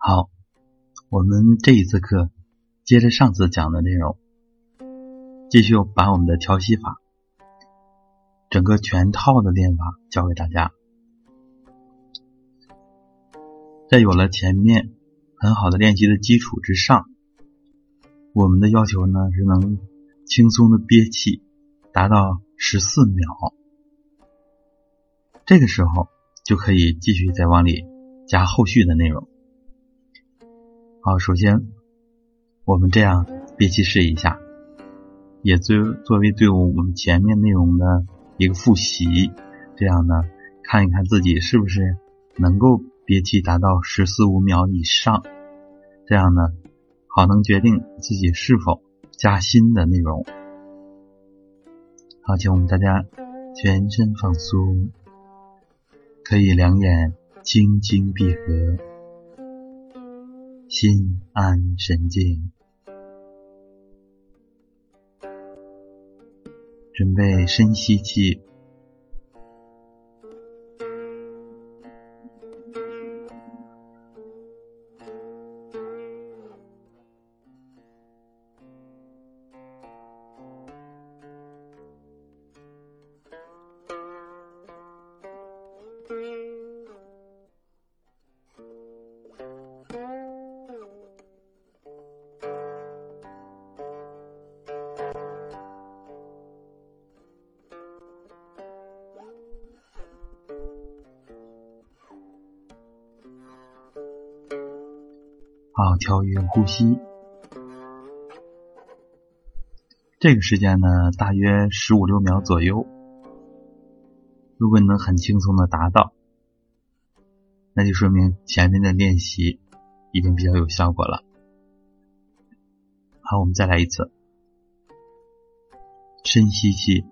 好，我们这一次课接着上次讲的内容，继续把我们的调息法整个全套的练法教给大家。在有了前面很好的练习的基础之上，我们的要求呢是能轻松的憋气达到14秒，这个时候就可以继续再往里加后续的内容。好，首先我们这样憋气试一下，也作为对我们前面内容的一个复习，这样呢看一看自己是不是能够憋气达到14-15秒以上，这样呢好能决定自己是否加新的内容。好，请我们大家全身放松，可以两眼轻轻闭合，心安神静，准备深吸气，好，调匀呼吸。这个时间呢大约15-16秒左右，如果你能很轻松的达到，那就说明前面的练习已经比较有效果了。好，我们再来一次，深吸气，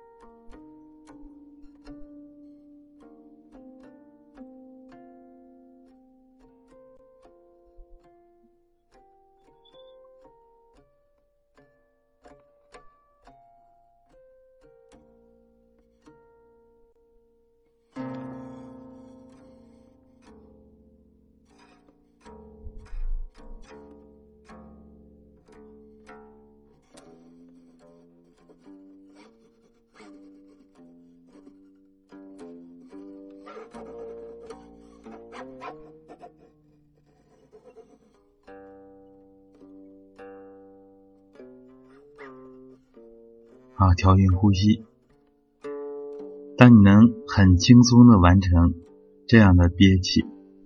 好，调匀呼吸。当你能很轻松的完成这样的憋气，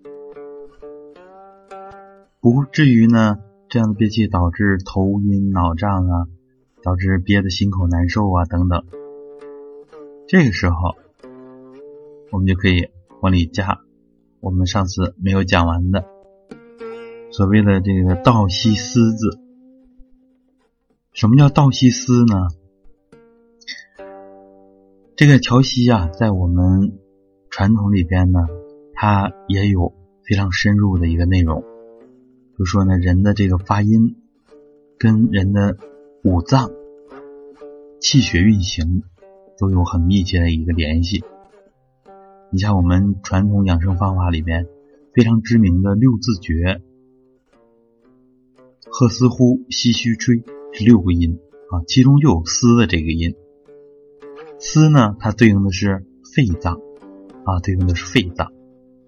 不至于呢这样的憋气导致头晕脑胀啊，导致憋得心口难受啊等等，这个时候我们就可以往里加我们上次没有讲完的所谓的这个倒吸丝字。什么叫倒吸丝呢？这个调息啊，在我们传统里边呢，它也有非常深入的一个内容。比如说呢，人的这个发音跟人的五脏气血运行都有很密切的一个联系。你像我们传统养生方法里边非常知名的六字诀，喝丝呼吸虚吹是6个音啊，其中就有丝的这个音。丝呢，它对应的是肺脏啊，对应的是肺脏。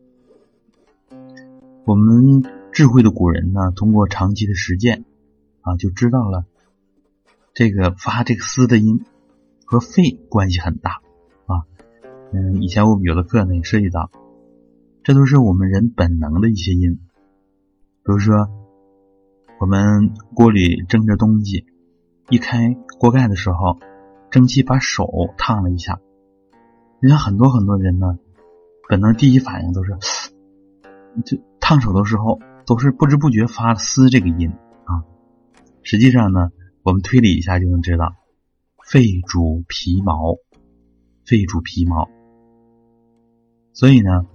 我们智慧的古人呢，通过长期的实践啊，就知道了这个发这个丝的音和肺关系很大啊。以前我们有的课呢也涉及到，这都是我们人本能的一些音。比如说我们锅里蒸着东西，一开锅盖的时候，蒸汽把手烫了一下，你看很多人呢本能第一反应都是就烫手的时候都是不知不觉发了丝这个音啊。实际上呢我们推理一下就能知道，肺主皮毛，肺主皮毛。所以呢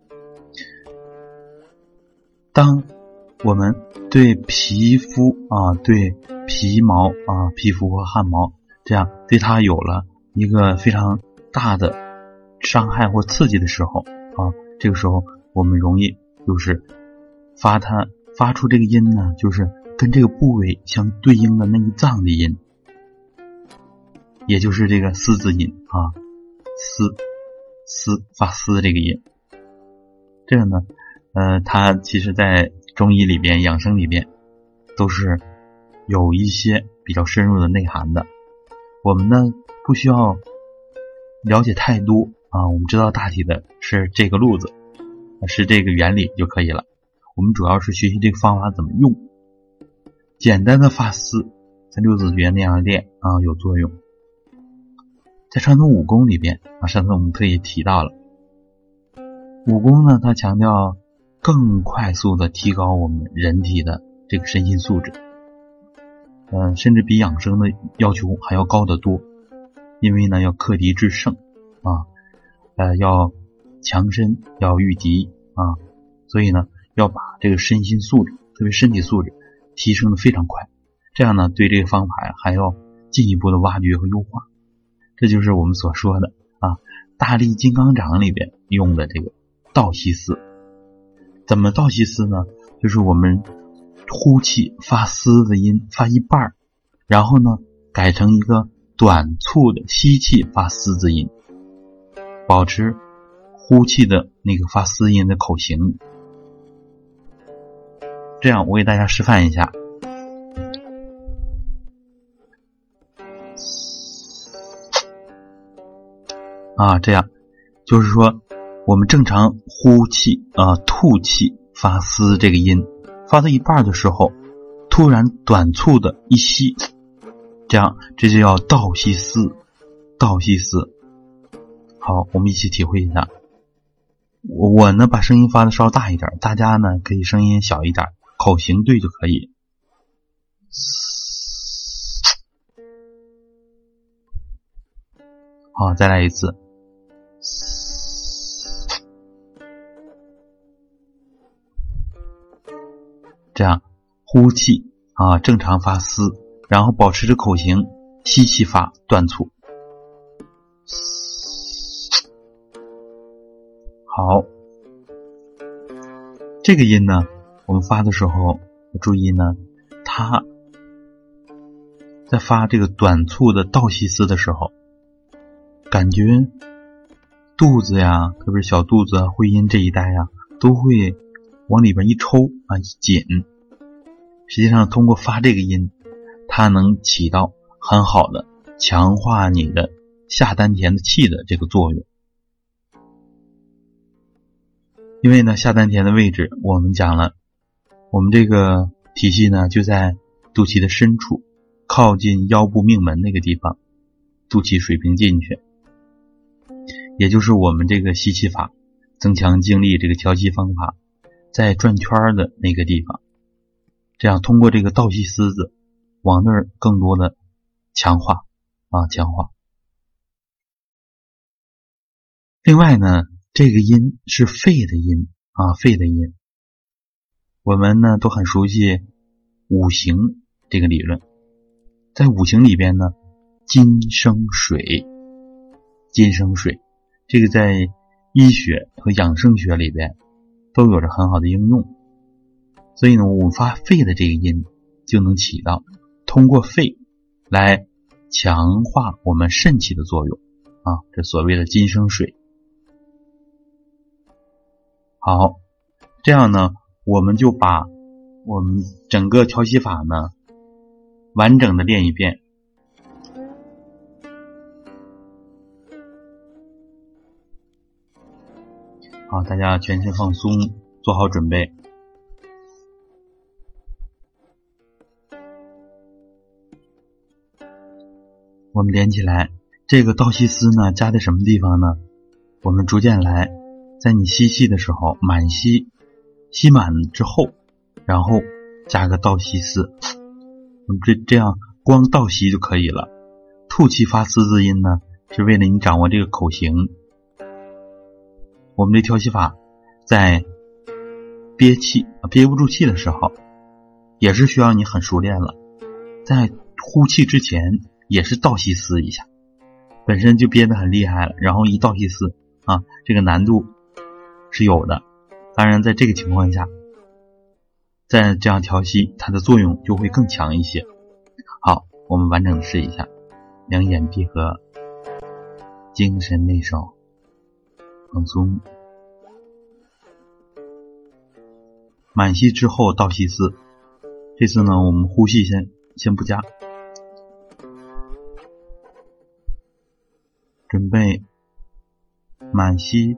当我们对皮肤啊，对皮毛啊，皮肤和汗毛这样对它有了一个非常大的伤害或刺激的时候啊，这个时候我们容易就是发出这个音呢，就是跟这个部位相对应的那一脏的音，也就是这个嘶字音啊，发嘶这个音。这个呢，它其实在中医里边、养生里边都是有一些比较深入的内涵的。我们呢不需要了解太多啊，我们知道大体的是这个路子，是这个原理就可以了。我们主要是学习这个方法怎么用。简单的发嘶，在六字诀那样练啊有作用。在传统武功里边啊，上次我们特意提到了，武功呢，它强调更快速的提高我们人体的这个身心素质，甚至比养生的要求还要高得多。因为呢，要克敌制胜啊，要强身，要御敌啊，所以呢，要把这个身心素质，特别身体素质提升的非常快。这样呢，对这个方法呀，还要进一步的挖掘和优化。这就是我们所说的啊，大力金刚掌里边用的这个倒吸嘶。怎么倒吸嘶呢？就是我们呼气发嘶的音发一半，然后呢改成一个短促的吸气发嘶字音，保持呼气的那个发嘶音的口型。这样我给大家示范一下。啊，这样就是说我们正常呼气吐气发嘶这个音发到一半的时候，突然短促的一吸，这就叫倒吸嘶。倒吸嘶。好，我们一起体会一下。我呢把声音发的稍大一点，大家呢可以声音小一点，口型对就可以。好，再来一次。这样呼气啊，正常发嘶，然后保持着口型，吸气发断促。好，这个音呢，我们发的时候注意呢，它在发这个短促的倒吸嘶的时候，感觉肚子呀，特别是小肚子啊、会阴这一带呀，都会往里边一抽啊，一紧。实际上通过发这个音，它能起到很好的强化你的下丹田的气的这个作用。因为呢，下丹田的位置我们讲了，我们这个体系呢就在肚脐的深处，靠近腰部命门那个地方，肚脐水平进去，也就是我们这个吸气法增强精力这个调息方法在转圈的那个地方。这样通过这个倒吸嘶子往那儿更多的强化。另外呢，这个音是肺的音啊，肺的音。我们呢都很熟悉五行这个理论，在五行里边呢，金生水，这个在医学和养生学里边都有着很好的应用。所以呢，我们发肺的这个音就能起到通过肺来强化我们肾气的作用啊，这所谓的金生水。好，这样呢，我们就把我们整个调息法呢完整的练一遍。好，大家全身放松，做好准备。我们连起来，这个倒吸嘶呢加在什么地方呢？我们逐渐来，在你吸气的时候满吸，吸满之后，然后加个倒吸嘶，我们这样光倒吸就可以了。吐气发嘶字音呢，是为了你掌握这个口型。我们这调息法在憋不住气的时候，也是需要你很熟练了。在呼气之前也是倒吸嘶一下，本身就憋得很厉害了，然后一倒吸嘶啊，这个难度是有的。当然在这个情况下再这样调息，它的作用就会更强一些。好，我们完整的试一下，两眼闭合，精神内守，放松。满吸之后倒吸丝，这次呢我们呼吸先不加，准备满吸，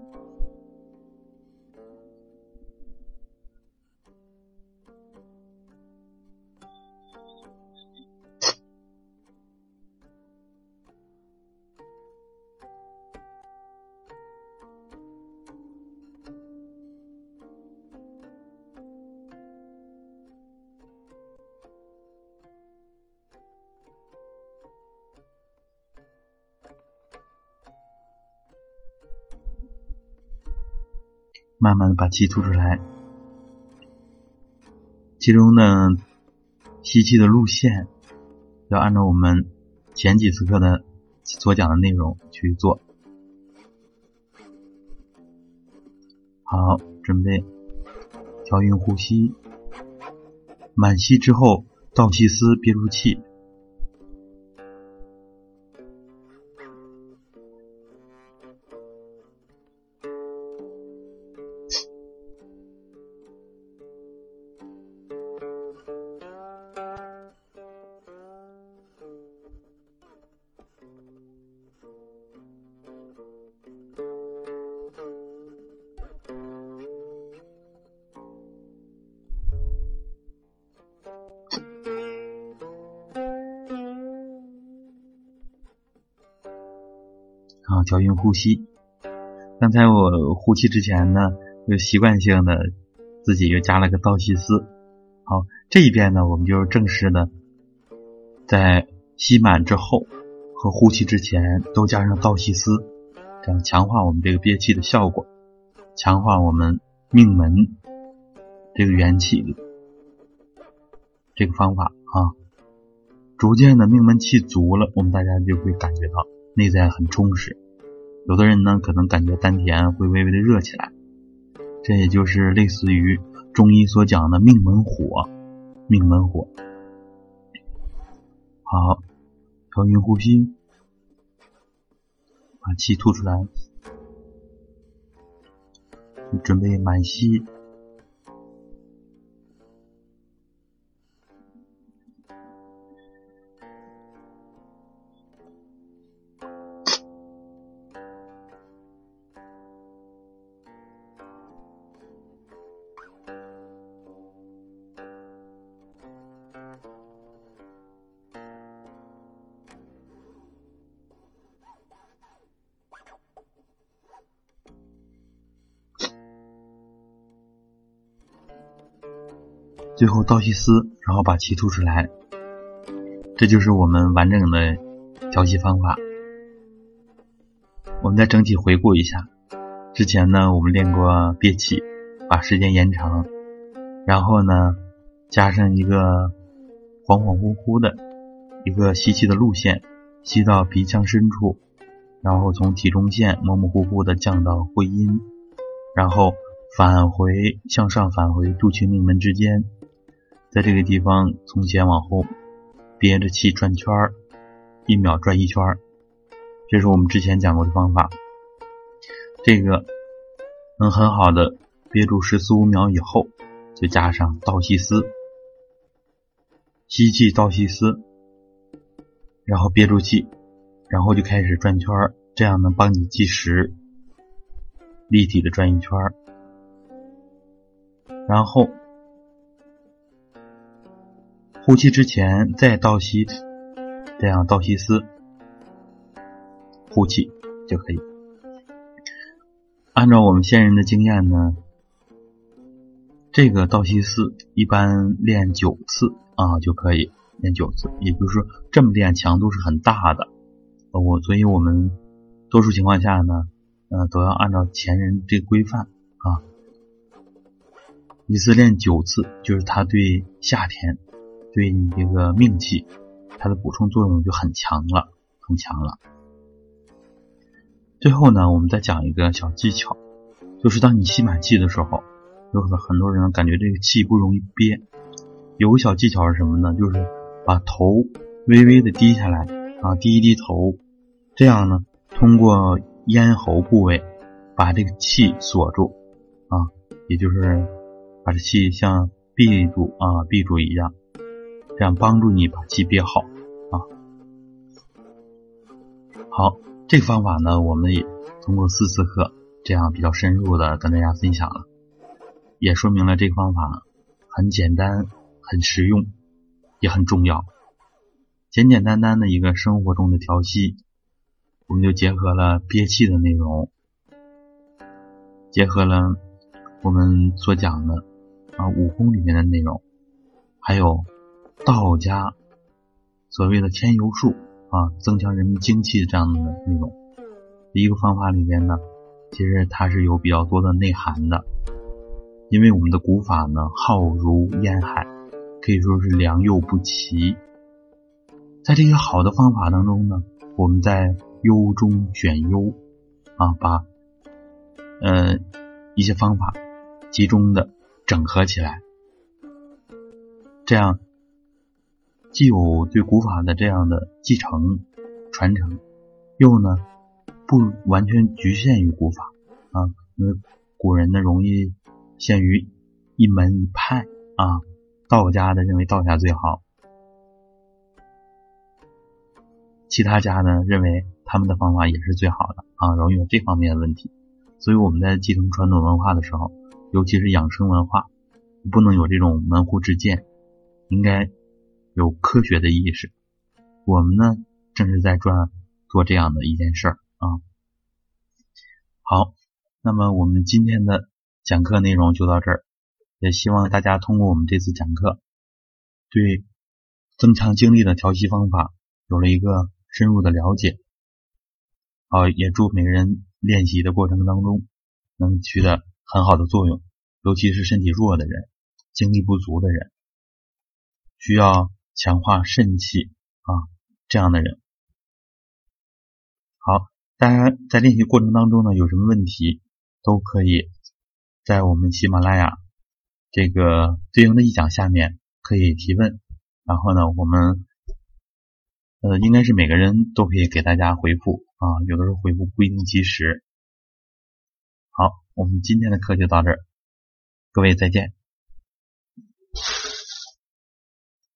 慢慢的把气吐出来。其中呢，吸气的路线要按照我们前几次课的所讲的内容去做。好，准备调匀呼吸，满吸之后倒吸丝，憋住气。调匀呼吸。刚才我呼气之前呢，就习惯性的自己又加了个倒吸丝。好，这一遍呢，我们就正式的在吸满之后和呼气之前都加上倒吸丝，这样强化我们这个憋气的效果，强化我们命门这个元气的这个方法啊。逐渐的命门气足了，我们大家就会感觉到内在很充实。有的人呢可能感觉丹田会微微的热起来，这也就是类似于中医所讲的命门火。命门火。好，调匀呼吸，把气吐出来，准备满吸。最后倒吸丝，然后把气吐出来，这就是我们完整的调息方法。我们再整体回顾一下，之前呢我们练过憋气，把时间延长，然后呢加上一个恍恍惚惚的一个吸气的路线，吸到鼻腔深处，然后从体中线模模糊糊的降到会阴，然后向上返回肚脐命门之间，在这个地方从前往后憋着气转圈，1秒转1圈，这是我们之前讲过的方法。这个能很好的憋住14-15秒以后，就加上倒吸丝，吸气倒吸丝，然后憋住气，然后就开始转圈，这样能帮你计时，立体的转1圈，然后呼气之前再倒吸，这样倒吸丝，呼气就可以。按照我们先人的经验呢，这个倒吸丝一般练9次就可以练9次，也就是说这么练强度是很大的。所以我们多数情况下呢，都要按照前人这个规范一次练9次，就是它对夏天对你这个命气它的补充作用就很强了。最后呢，我们再讲一个小技巧，就是当你吸满气的时候， 有很多人感觉这个气不容易憋，有个小技巧是什么呢？就是把头微微的低下来啊，低一低头，这样呢，通过咽喉部位把这个气锁住啊，也就是把这气像闭住一样，这样帮助你把气憋好啊。好，这个方法呢，我们也通过4次课这样比较深入的跟大家分享了，也说明了这个方法很简单、很实用，也很重要。简简单单的一个生活中的调息，我们就结合了憋气的内容，结合了我们所讲的武功里面的内容，还有道家所谓的添油术增强人们精气这样的内容。一个方法里面呢，其实它是有比较多的内涵的，因为我们的古法呢浩如烟海，可以说是良莠不齐。在这些好的方法当中呢，我们在优中选优把一些方法集中的整合起来，这样既有对古法的这样的继承传承，又呢不完全局限于古法因为古人呢容易限于一门一派道家的认为道家最好，其他家呢认为他们的方法也是最好的容易有这方面的问题。所以我们在继承传统文化的时候，尤其是养生文化，不能有这种门户之见，应该有科学的意识。我们呢正是在做这样的一件事儿好，那么我们今天的讲课内容就到这儿，也希望大家通过我们这次讲课，对增强精力的调息方法有了一个深入的了解。也祝每个人练习的过程当中能取得很好的作用，尤其是身体弱的人、精力不足的人、需要强化肾气这样的人。好，大家在练习过程当中呢，有什么问题都可以在我们喜马拉雅这个对应的译讲下面可以提问，然后呢我们应该是每个人都可以给大家回复有的时候回复不一定及时。好，我们今天的课就到这儿，各位再见。